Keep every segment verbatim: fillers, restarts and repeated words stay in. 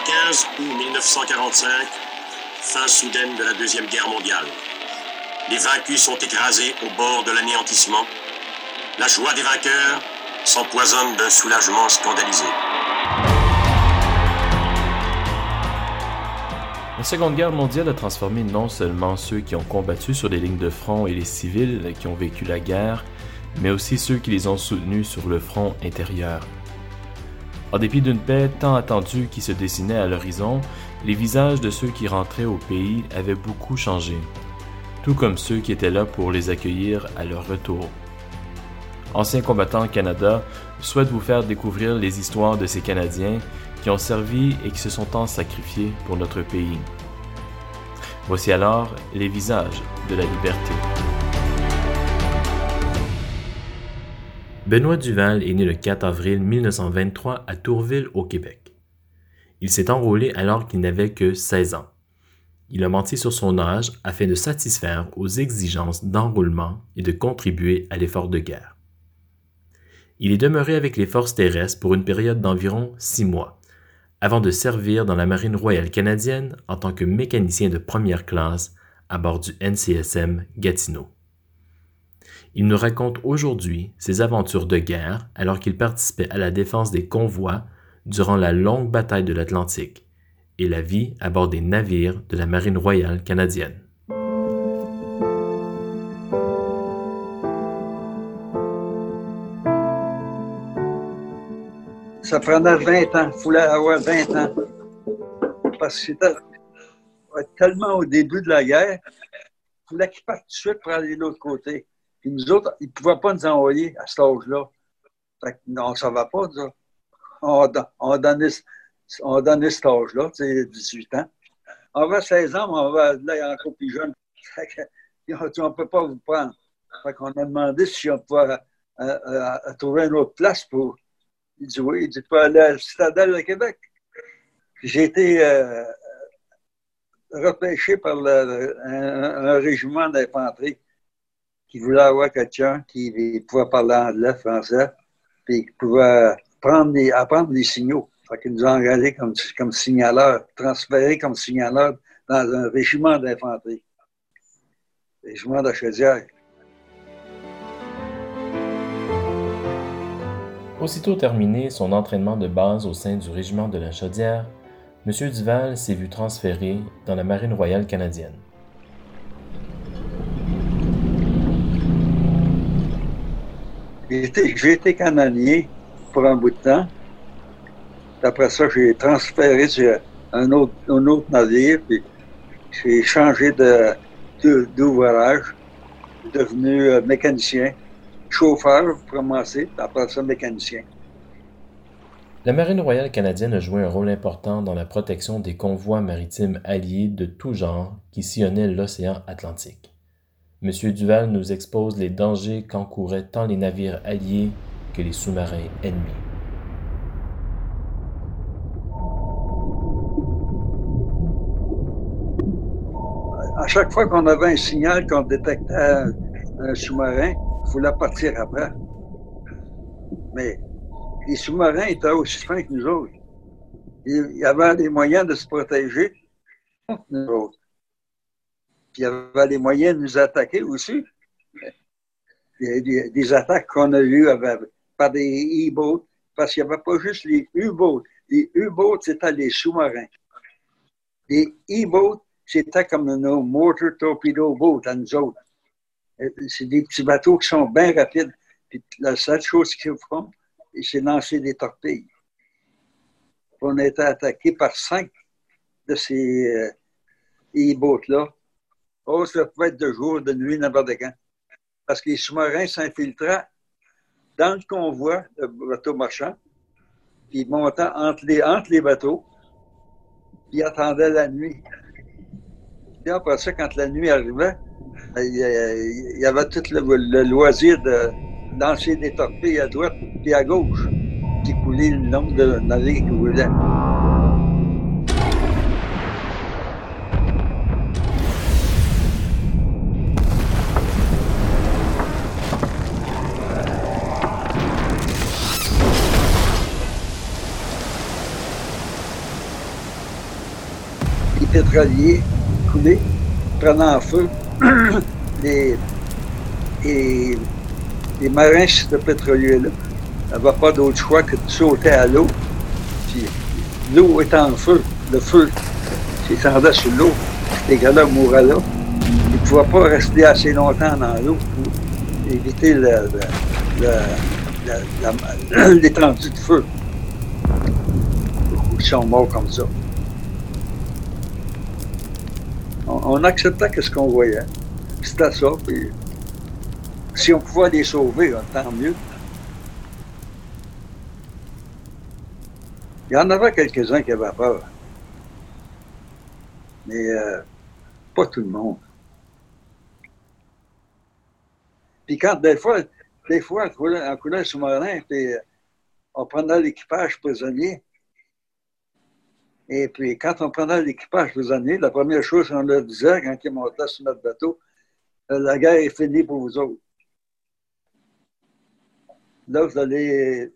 quinze août mille neuf cent quarante-cinq, fin soudaine de la Deuxième Guerre mondiale. Les vaincus sont écrasés au bord de l'anéantissement. La joie des vainqueurs s'empoisonne d'un soulagement scandalisé. La Seconde Guerre mondiale a transformé non seulement ceux qui ont combattu sur les lignes de front et les civils qui ont vécu la guerre, mais aussi ceux qui les ont soutenus sur le front intérieur. En dépit d'une paix tant attendue qui se dessinait à l'horizon, les visages de ceux qui rentraient au pays avaient beaucoup changé, tout comme ceux qui étaient là pour les accueillir à leur retour. Anciens combattants Canada souhaite vous faire découvrir les histoires de ces Canadiens qui ont servi et qui se sont tant sacrifiés pour notre pays. Voici alors les visages de la liberté. Benoît Duval est né le quatre avril mille neuf cent vingt-trois à Tourville, au Québec. Il s'est enrôlé alors qu'il n'avait que seize ans. Il a menti sur son âge afin de satisfaire aux exigences d'enrôlement et de contribuer à l'effort de guerre. Il est demeuré avec les forces terrestres pour une période d'environ six mois, avant de servir dans la Marine royale canadienne en tant que mécanicien de première classe à bord du N C S M Gatineau. Il nous raconte aujourd'hui ses aventures de guerre alors qu'il participait à la défense des convois durant la longue bataille de l'Atlantique et la vie à bord des navires de la Marine royale canadienne. Ça prenait vingt ans, il fallait avoir vingt ans. Parce que c'était tellement au début de la guerre, il fallait qu'ils partent tout de suite pour aller de l'autre côté. Puis nous autres, ils ne pouvaient pas nous envoyer à cet âge-là. Fait que non, ça ne va pas, ça. On, on, donnait, on donnait cet âge-là, tu sais, dix-huit ans. On avait seize ans, mais on avait là encore plus jeune. Fait que, on ne peut pas vous prendre. Fait qu'on a demandé si on pouvait euh, euh, trouver une autre place pour. Il dit oui, il dit pas aller à la Citadelle de Québec. J'ai été euh, repêché par le, un, un régiment d'infanterie qui voulait avoir quelqu'un qui pouvait parler anglais, français, puis qui pouvait prendre les, apprendre les signaux. Fait qu'ils nous ont engagés comme, comme signaleurs, transférés comme signaleurs dans un régiment d'infanterie. Régiment de Chaudière. Aussitôt terminé son entraînement de base au sein du régiment de la Chaudière, M. Duval s'est vu transféré dans la Marine royale canadienne. J'ai été, j'ai été canonnier pour un bout de temps. Après ça, j'ai transféré sur un autre, un autre navire, puis j'ai changé de, de, d'ouvrage. Je suis devenu mécanicien, chauffeur pour commencer, après ça, mécanicien. La Marine royale canadienne a joué un rôle important dans la protection des convois maritimes alliés de tout genre qui sillonnaient l'océan Atlantique. M. Duval nous expose les dangers qu'encouraient tant les navires alliés que les sous-marins ennemis. À chaque fois qu'on avait un signal qu'on détectait un, un sous-marin, il fallait partir après. Mais les sous-marins étaient aussi fins que nous autres. Il y avait les moyens de se protéger, nous autres. Puis il y avait les moyens de nous attaquer aussi. Des, des, des attaques qu'on a eues avec, par des e-boats, parce qu'il n'y avait pas juste les U-boats. Les U-boats, c'était les sous-marins. Les e-boats, c'était comme nos mortar torpedo boats à nous autres. C'est des petits bateaux qui sont bien rapides. Puis la seule chose qu'ils font, c'est lancer des torpilles. On a été attaqués par cinq de ces euh, e-boats-là. Oh, ça pouvait être de jour, de nuit, n'importe quand. Parce que les sous-marins s'infiltraient dans le convoi de bateaux marchands, puis ils montaient entre les, entre les bateaux, puis ils attendaient la nuit. Puis après ça, quand la nuit arrivait, il y avait tout le, le loisir de lancer des torpilles à droite puis à gauche, qui coulaient le nombre de navires qu'ils voulaient. pétroliers coulés, prenant feu. les, les, les marins de pétroliers-là n'avaient pas d'autre choix que de sauter à l'eau. Puis l'eau est en feu. Le feu s'étendait sur l'eau. Ces gars-là mouraient là. Ils ne pouvaient pas rester assez longtemps dans l'eau pour éviter le, le, le, la, la, l'étendue de feu. Ils sont morts comme ça. On, on acceptait ce qu'on voyait. C'était ça. Puis, si on pouvait les sauver, tant mieux. Il y en avait quelques-uns qui avaient peur. Mais euh, pas tout le monde. Puis quand des fois, des fois, on coulait, on coulait un sous-marin, puis on prenait l'équipage prisonnier. Et puis quand on prenait l'équipage prisonnier, la première chose qu'on leur disait quand ils montaient sur notre bateau, la guerre est finie pour vous autres. Là, vous allez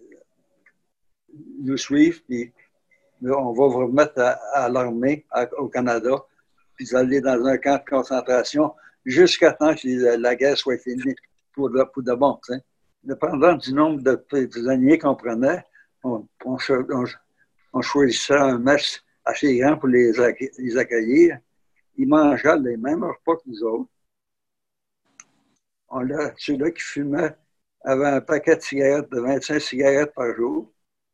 nous suivre, puis on va vous remettre à, à l'armée, à, au Canada, puis vous allez dans un camp de concentration jusqu'à temps que la, la guerre soit finie pour de, pour de bon. T'sais. Dépendant du nombre de prisonniers qu'on prenait, on, on, on, on choisissait un mess assez grand pour les, les accueillir. Ils mangeaient les mêmes repas que nous autres. On a, ceux-là qui fumaient avaient un paquet de cigarettes, de vingt-cinq cigarettes par jour.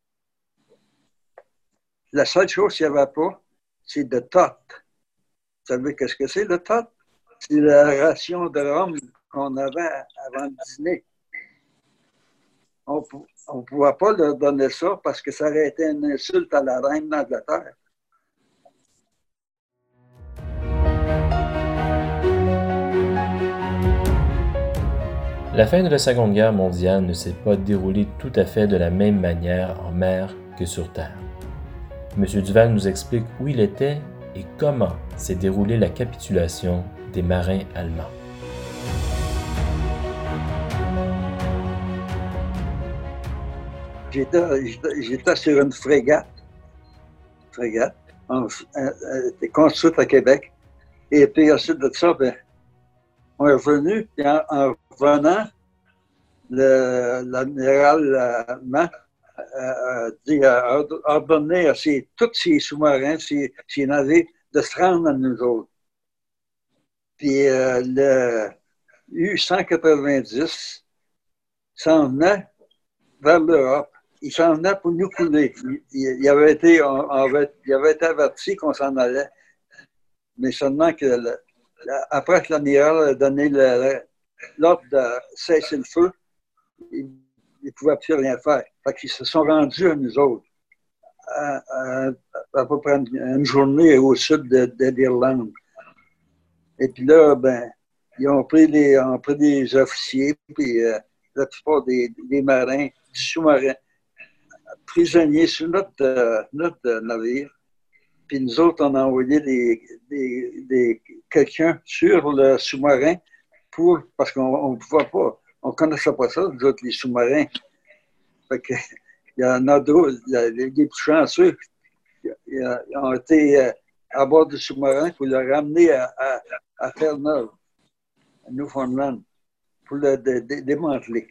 La seule chose qu'il n'y avait pas, c'est de tot. Vous savez qu'est-ce que c'est, le tot? C'est la ration de rhum qu'on avait avant le dîner. On ne pouvait pas leur donner ça parce que ça aurait été une insulte à la reine d'Angleterre. La fin de la Seconde Guerre mondiale ne s'est pas déroulée tout à fait de la même manière en mer que sur terre. M. Duval nous explique où il était et comment s'est déroulée la capitulation des marins allemands. J'étais, j'étais, j'étais sur une frégate. Frégate. On, elle était construite à Québec. Et puis ensuite de ça, ben, on est revenu. Puis en, en revenant, le, l'amiral allemand a dit, a ordonné à ses, tous ses sous-marins, ses, ses navires, de se rendre à nous autres. Puis euh, le U cent quatre-vingt-dix s'en venait vers l'Europe. Il s'en venait pour nous couler. Il, il, avait, été, on, on avait, il avait été averti qu'on s'en allait. Mais seulement que le, après que l'amiral a donné le, l'ordre de cesser le feu, il ne pouvait plus rien faire. Fait qu'ils se sont rendus à nous autres. À, à, à peu près une, une journée au sud de, de l'Irlande. Et puis là, ben, ils ont pris les, ont pris des officiers, puis euh, la plupart des, des marins, des sous-marins, prisonniers sur notre, euh, notre euh, navire. Puis nous autres, on a envoyé des, des, des, quelqu'un sur le sous-marin pour, parce qu'on ne pouvait pas, on ne connaissait pas ça, nous autres, les sous-marins. Fait que, il y en a d'autres, les plus chanceux, ils ont été euh, à bord du sous-marin pour le ramener à, à, à Terre-Neuve, à Newfoundland, pour le dé, dé, démanteler.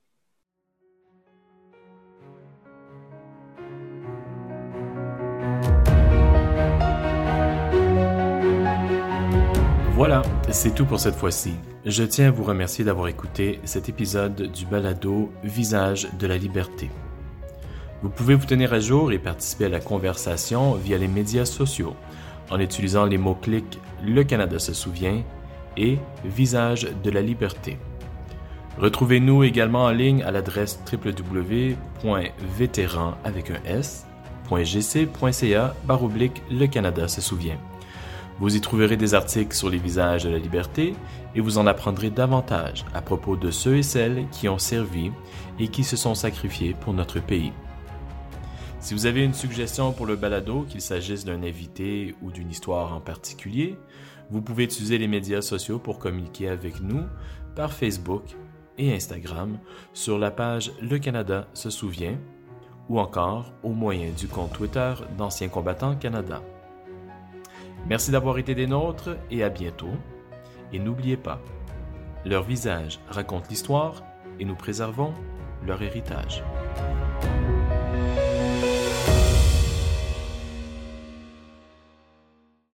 Voilà, c'est tout pour cette fois-ci. Je tiens à vous remercier d'avoir écouté cet épisode du balado Visage de la liberté. Vous pouvez vous tenir à jour et participer à la conversation via les médias sociaux en utilisant les mots-clics « Le Canada se souvient » et « Visage de la liberté ». Retrouvez-nous également en ligne à l'adresse w w w point vétéran avec un s point g c point c a barre oblique Le Canada se souvient. Vous y trouverez des articles sur les visages de la liberté et vous en apprendrez davantage à propos de ceux et celles qui ont servi et qui se sont sacrifiés pour notre pays. Si vous avez une suggestion pour le balado, qu'il s'agisse d'un invité ou d'une histoire en particulier, vous pouvez utiliser les médias sociaux pour communiquer avec nous par Facebook et Instagram sur la page Le Canada se souvient ou encore au moyen du compte Twitter d'Anciens combattants Canada. Merci d'avoir été des nôtres et à bientôt. Et n'oubliez pas, leur visage raconte l'histoire et nous préservons leur héritage.